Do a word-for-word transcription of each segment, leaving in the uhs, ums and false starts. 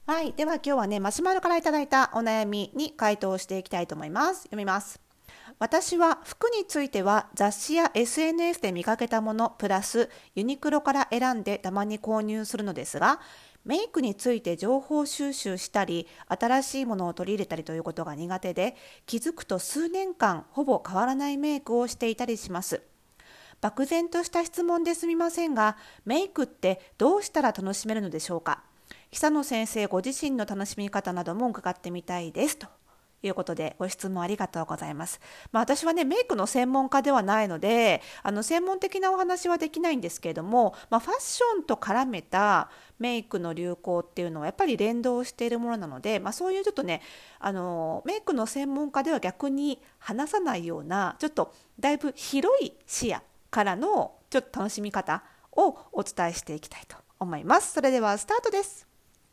はい、では今日はね、マシュマロからいただいたお悩みに回答していきたいと思います。読みます。私は服については雑誌や エスエヌエス で見かけたものプラスユニクロから選んでたまに購入するのですが、メイクについて情報収集したり新しいものを取り入れたりということが苦手で、気づくと数年間ほぼ変わらないメイクをしていたりします。漠然とした質問ですみませんが、メイクってどうしたら楽しめるのでしょうか。久野先生ご自身の楽しみ方なども伺ってみたいですということで、ご質問ありがとうございます。まあ、私はねメイクの専門家ではないので、あの専門的なお話はできないんですけれども、まあ、ファッションと絡めたメイクの流行っていうのはやっぱり連動しているものなので、まあ、そういうちょっとねあのメイクの専門家では逆に話さないような、ちょっとだいぶ広い視野からのちょっと楽しみ方をお伝えしていきたいと思います。それではスタートです。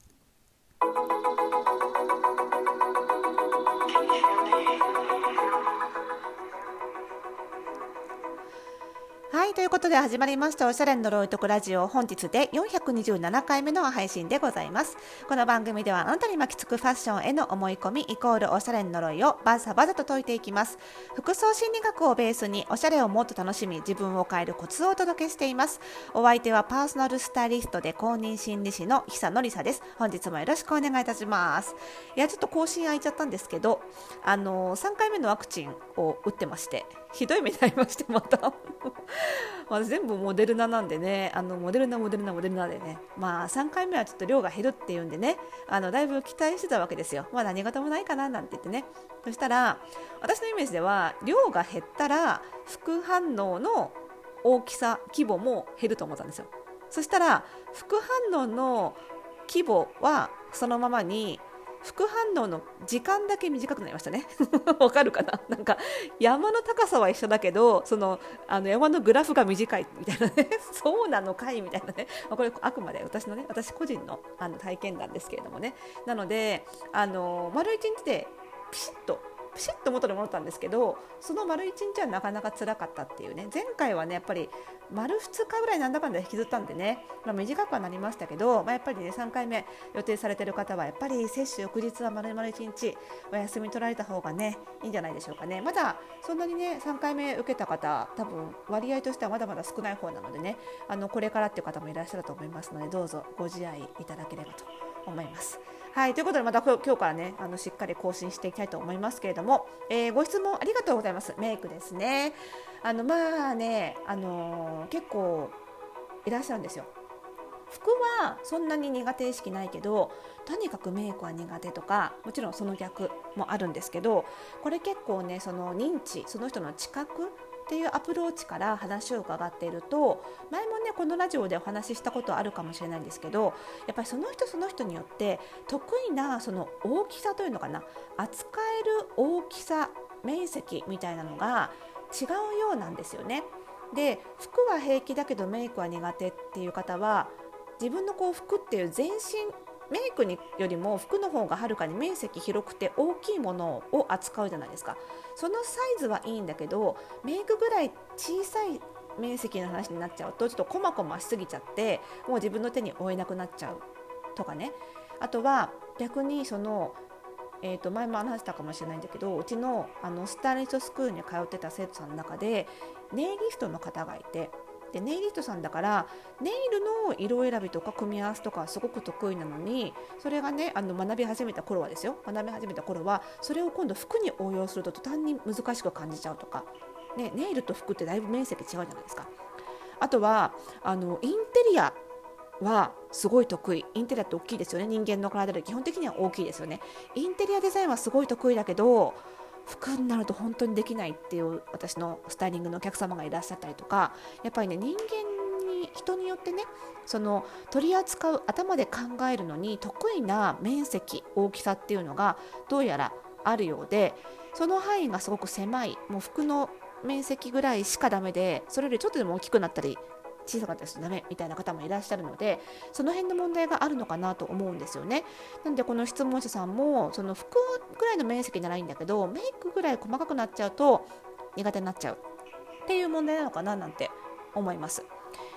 はい、ということで始まりましたおしゃれの呪いとくラジオ、本日でよんひゃくにじゅうななかいめの配信でございます。この番組ではあなたに巻きつくファッションへの思い込みイコールおしゃれの呪いをバサバサと解いていきます。服装心理学をベースにおしゃれをもっと楽しみ自分を変えるコツをお届けしています。お相手はパーソナルスタイリストで公認心理師の久野里沙です。本日もよろしくお願いいたします。いやちょっと更新空いちゃったんですけど、あのさんかいめのワクチンを打ってまして、ひどい目になりまして、また私全部モデルナなんでね、あのモデルナモデルナモデルナでね、まあさんかいめはちょっと量が減るっていうんでね、あのだいぶ期待してたわけですよ。まあ何事もないかななんて言ってね。そしたら私のイメージでは量が減ったら副反応の大きさ規模も減ると思ったんですよ。そしたら副反応の規模はそのままに、副反応の時間だけ短くなりましたね。わかるかな。なんか山の高さは一緒だけど、そのあの山のグラフが短いみたいなね。そうなのかいみたいなね。まあ、これあくまで私のね、私個人のあの体験談ですけれどもね。なのであの丸一日でピシッとピシッと元に戻ったんですけど、その丸一日はなかなか辛かったっていうね。前回はねやっぱり丸ふつかぐらいなんだかんだ引きずったんでね、まあ、短くはなりましたけど、まあ、やっぱりねさんかいめ予定されている方はやっぱり接種翌日は丸々いちにちお休み取られた方がねいいんじゃないでしょうかね。まだそんなにねさんかいめ受けた方多分割合としてはまだまだ少ない方なのでね、あのこれからっていう方もいらっしゃると思いますので、どうぞご自愛いただければと思います。はい、ということでまた今日からねあのしっかり更新していきたいと思いますけれども、えー、ご質問ありがとうございます。メイクですね。あのまあね、あのー、結構いらっしゃるんですよ。服はそんなに苦手意識ないけど、とにかくメイクは苦手とか、もちろんその逆もあるんですけど、これ結構ねその認知、その人の知覚っていうアプローチから話を伺っていると、前もねこのラジオでお話ししたことあるかもしれないんですけど、やっぱりその人その人によって得意なその大きさというのかな、扱える大きさ面積みたいなのが違うようなんですよね。で服は平気だけどメイクは苦手っていう方は、自分のこう服っていう全身メイクによりも服の方がはるかに面積広くて大きいものを扱うじゃないですか。そのサイズはいいんだけど、メイクぐらい小さい面積の話になっちゃうとちょっとコマコマしすぎちゃってもう自分の手に負えなくなっちゃうとかね。あとは逆にそのえー、と前も話したかもしれないんだけど、うち の, あのスタイリストスクールに通ってた生徒さんの中でネイリストの方がいて、でネイリストさんだからネイルの色選びとか組み合わせとかすごく得意なのに、それがねあの学び始めた頃はですよ学び始めた頃はそれを今度服に応用すると途端に難しく感じちゃうとか、ね、ネイルと服ってだいぶ面積違うじゃないですか。あとはあのインテリアはすごい得意。インテリアって大きいですよね。人間の体で基本的には大きいですよね。インテリアデザインはすごい得意だけど服になると本当にできないっていう私のスタイリングのお客様がいらっしゃったりとか、やっぱりね人間に人によってねその取り扱う頭で考えるのに得意な面積大きさっていうのがどうやらあるようで、その範囲がすごく狭い、もう服の面積ぐらいしかダメで、それよりちょっとでも大きくなったり小さかったりするとダメみたいな方もいらっしゃるので、その辺の問題があるのかなと思うんですよね。なのでこの質問者さんもその服ぐらいの面積ならいいんだけど、メイクぐらい細かくなっちゃうと苦手になっちゃうっていう問題なのかななんて思います。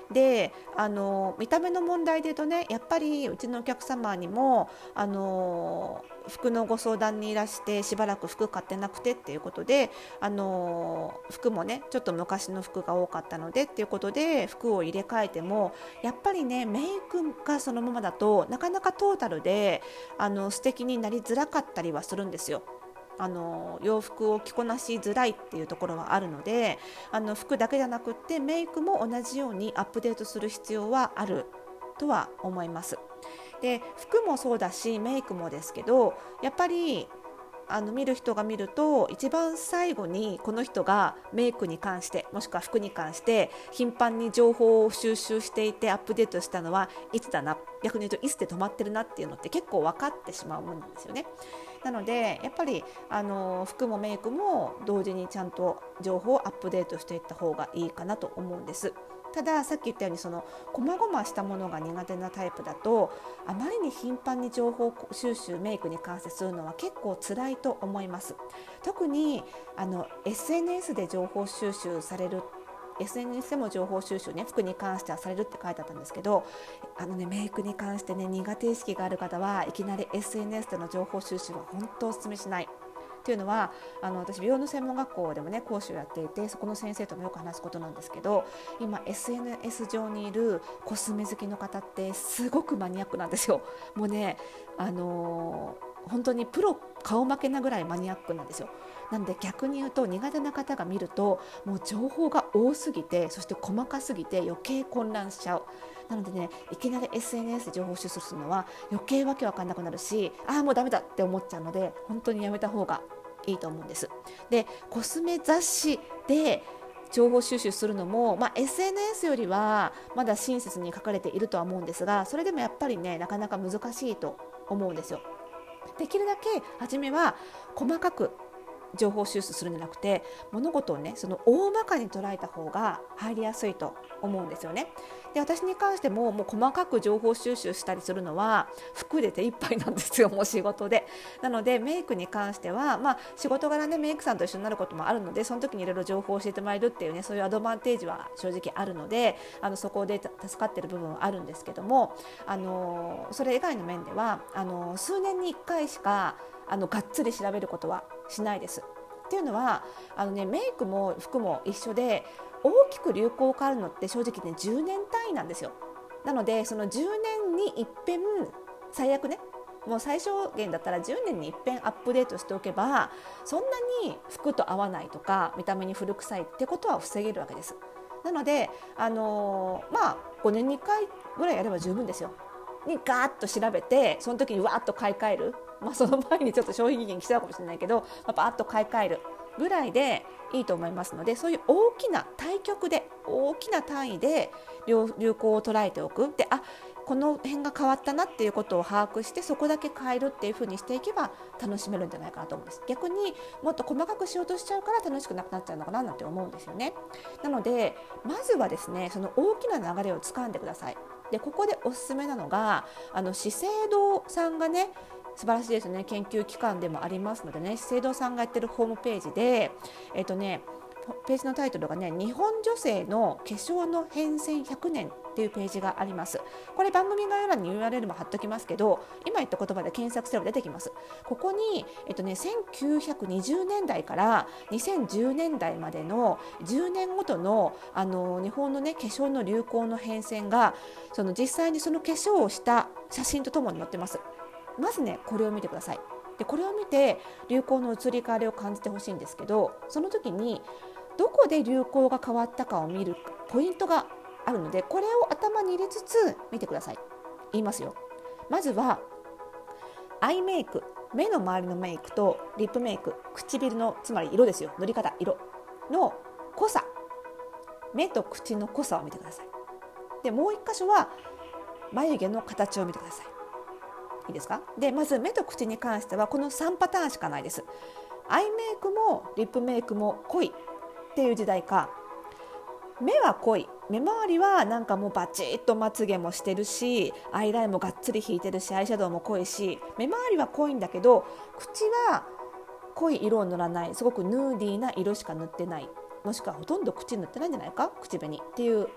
であの見た目の問題で言うとね、やっぱりうちのお客様にもあの服のご相談にいらしてしばらく服買ってなくてっていうことで、あの服もねちょっと昔の服が多かったのでっていうことで服を入れ替えても、やっぱりねメイクがそのままだとなかなかトータルであの素敵になりづらかったりはするんですよ。あの洋服を着こなしづらいっていうところはあるので、あの服だけじゃなくってメイクも同じようにアップデートする必要はあるとは思います。で服もそうだしメイクもですけど、やっぱりあの見る人が見ると一番最後にこの人がメイクに関してもしくは服に関して頻繁に情報を収集していてアップデートしたのはいつだな、逆に言うといつで止まってるなっていうのって結構分かってしまうものなんですよね。なのでやっぱりあの服もメイクも同時にちゃんと情報をアップデートしていった方がいいかなと思うんです。たださっき言ったようにその細々したものが苦手なタイプだと、あまりに頻繁に情報収集メイクに関してするのは結構辛いと思います。特にあの エスエヌエス で情報収集されるエスエヌエス でも情報収集ね、服に関してはされるって書いてあったんですけど、あのねメイクに関してね苦手意識がある方はいきなり エスエヌエス での情報収集は本当お勧めしない。っていうのはあの私美容の専門学校でもね講師をやっていて、そこの先生ともよく話すことなんですけど、今 エスエヌエス 上にいるコスメ好きの方ってすごくマニアックなんですよ。もうねあのー、本当にプロ顔負けなぐらいマニアックなんですよ。なので逆に言うと苦手な方が見るともう情報が多すぎて、そして細かすぎて余計混乱しちゃう。なのでねいきなり エスエヌエス で情報収集するのは余計わけわかんなくなるし、ああもうダメだって思っちゃうので本当にやめた方がいいと思うんです。でコスメ雑誌で情報収集するのも、まあ、エスエヌエス よりはまだ親切に書かれているとは思うんですが、それでもやっぱりねなかなか難しいと思うんですよ。できるだけ初めは細かく情報収集するんじゃなくて、物事をねその大まかに捉えた方が入りやすいと思うんですよね。で私に関してももう細かく情報収集したりするのは服で手一杯なんですよ、もう仕事で。なのでメイクに関しては、まあ、仕事柄ねメイクさんと一緒になることもあるので、その時にいろいろ情報を教えてもらえるっていうね、そういうアドバンテージは正直あるので、あのそこで助かっている部分はあるんですけども、あのそれ以外の面ではあの数年にいっかいしかあのがっつり調べることはしないです。っていうのはあの、ね、メイクも服も一緒で、大きく流行変わるのって正直ねじゅうねん単位なんですよ。なのでそのじゅうねんに一遍、最悪ねもう最小限だったらじゅうねんに一遍アップデートしておけば、そんなに服と合わないとか見た目に古臭いってことは防げるわけです。なので、あのー、まあごねんにいっかいぐらいやれば十分ですよ。にガーッと調べて、その時にわーっと買い替える、まあ、その前にちょっと消費期限来ちゃうかもしれないけど、まあ、バーッと買い替えるぐらいでいいと思いますので、そういう大きな対局で大きな単位で流行を捉えておく。で、あこの辺が変わったなっていうことを把握して、そこだけ変えるっていう風にしていけば楽しめるんじゃないかなと思うんです。逆にもっと細かくしようとしちゃうから楽しくなくなっちゃうのかななんて思うんですよね。なのでまずはですねその大きな流れを掴んでください。でここでおすすめなのがあの資生堂さんがね素晴らしいですね、研究機関でもありますのでね、資生堂さんがやってるホームページで、えっとねページのタイトルがね、日本女性の化粧の変遷ひゃくねんっていうページがあります。これ番組概要欄に ユーアールエル も貼っておきますけど、今言った言葉で検索すれば出てきます。ここに、えっとね、せんきゅうひゃくにじゅうねんだいからにせんじゅうねんだいまでのじゅうねんごとの、あの日本の、ね、化粧の流行の変遷が、その実際にその化粧をした写真とともに載ってます。まずねこれを見てください。でこれを見て流行の移り変わりを感じてほしいんですけど、その時にどこで流行が変わったかを見るポイントがあるので、これを頭に入れつつ見てください。言いますよ。まずはアイメイク、目の周りのメイクとリップメイク、唇のつまり色ですよ、塗り方、色の濃さ、目と口の濃さを見てください。でもう一箇所は眉毛の形を見てください。いいですか。でまず目と口に関してはこのさんパターンしかないです。アイメイクもリップメイクも濃いっていう時代か、目は濃い、目周りはなんかもうバチッとまつげもしてるし、アイラインもがっつり引いてるし、アイシャドウも濃いし、目周りは濃いんだけど口は濃い色を塗らない、すごくヌーディーな色しか塗ってない、もしくはほとんど口塗ってないんじゃないか、口紅っていう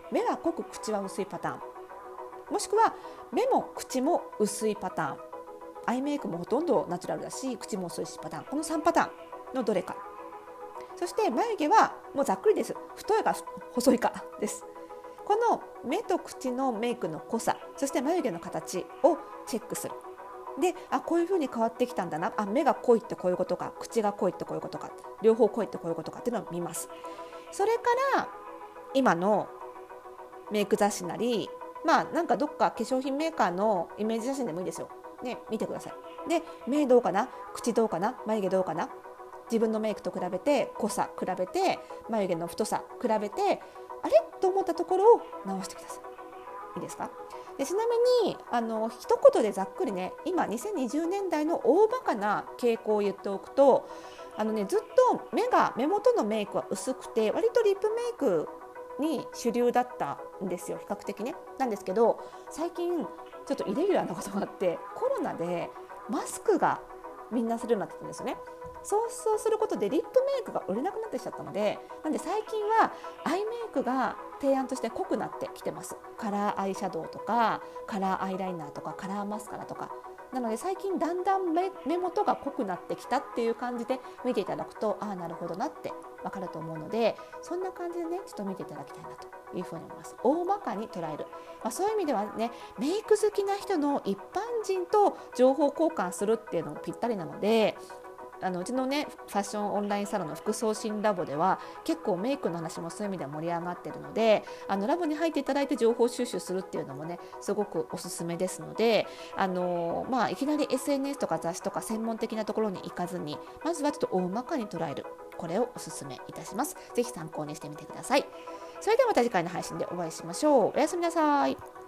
目は濃く口は薄いパターン、もしくは目も口も薄いパターン、アイメイクもほとんどナチュラルだし口も薄いしパターン、このさんパターンのどれか。そして眉毛はもうざっくりです。太いか細いかです。この目と口のメイクの濃さ、そして眉毛の形をチェックする。で、あ、こういう風に変わってきたんだな、あ、目が濃いってこういうことか、口が濃いってこういうことか、両方濃いってこういうことかっていうのを見ます。それから今のメイク雑誌なり、まあなんかどっか化粧品メーカーのイメージ写真でもいいですよ、ね、見てください。で、目どうかな、口どうかな、眉毛どうかな、自分のメイクと比べて濃さ比べて眉毛の太さ比べて、あれと思ったところを直してください。いいですか。で、ちなみにあの一言でざっくりね、今にせんにじゅうねんだいの大バカな傾向を言っておくと、あのね、ずっと目が目元のメイクは薄くて割とリップメイクに主流だったんですよ、比較的ね。なんですけど最近ちょっとイレギュラーなことがあって、コロナでマスクがみんなするようになってたんですよね。そうそうすることでリップメイクが売れなくなってきちゃったので、なんで最近はアイメイクが提案として濃くなってきてます。カラーアイシャドウとかカラーアイライナーとかカラーマスカラとか。なので最近だんだん 目, 目元が濃くなってきたっていう感じで見ていただくと、ああなるほどなって分かると思うので、そんな感じでねちょっと見ていただきたいなというふうに思います。大まかに捉える、まあ、そういう意味ではね、メイク好きな人の一般人と情報交換するっていうのもぴったりなので、あのうちのねファッションオンラインサロンの服装新ラボでは結構メイクの話もそういう意味では盛り上がっているので、あのラボに入っていただいて情報収集するっていうのもねすごくおすすめですので、あのまあいきなり エスエヌエス とか雑誌とか専門的なところに行かずに、まずはちょっと大まかに捉える、これをおすすめいたします。ぜひ参考にしてみてください。それではまた次回の配信でお会いしましょう。おやすみなさい。